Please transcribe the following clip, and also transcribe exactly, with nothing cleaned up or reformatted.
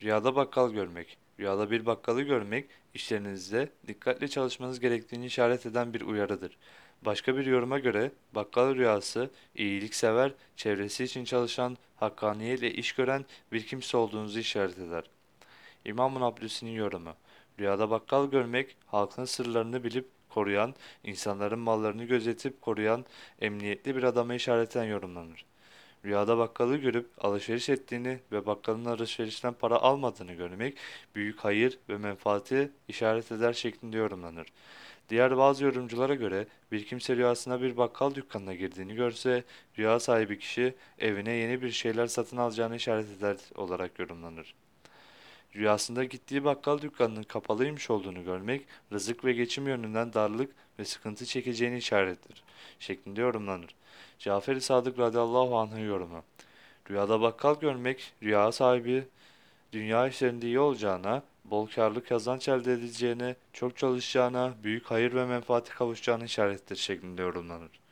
Rüyada bakkal görmek. Rüyada bir bakkalı görmek, işlerinizde dikkatli çalışmanız gerektiğini işaret eden bir uyarıdır. Başka bir yoruma göre bakkal rüyası, iyiliksever, çevresi için çalışan, hakkaniyetle iş gören bir kimse olduğunuzu işaret eder. İmam-ı Nablusi'nin yorumu. Rüyada bakkal görmek, halkın sırlarını bilip koruyan, insanların mallarını gözetip koruyan, emniyetli bir adama işareten yorumlanır. Rüyada bakkalı görüp alışveriş ettiğini ve bakkalın alışverişten para almadığını görmek büyük hayır ve menfaati işaret eder şeklinde yorumlanır. Diğer bazı yorumculara göre bir kimse rüyasına bir bakkal dükkanına girdiğini görse rüya sahibi kişi evine yeni bir şeyler satın alacağını işaret eder olarak yorumlanır. Rüyasında gittiği bakkal dükkanının kapalıymış olduğunu görmek rızık ve geçim yönünden darlık ve sıkıntı çekeceğini işarettir şeklinde yorumlanır. Cafer-i Sadık radıyallahu anh'ın yorumu. Rüyada bakkal görmek, rüya sahibi dünya işlerinde iyi olacağına, bol karlı kazanç elde edeceğine, çok çalışacağına, büyük hayır ve menfaati kavuşacağını işarettir şeklinde yorumlanır.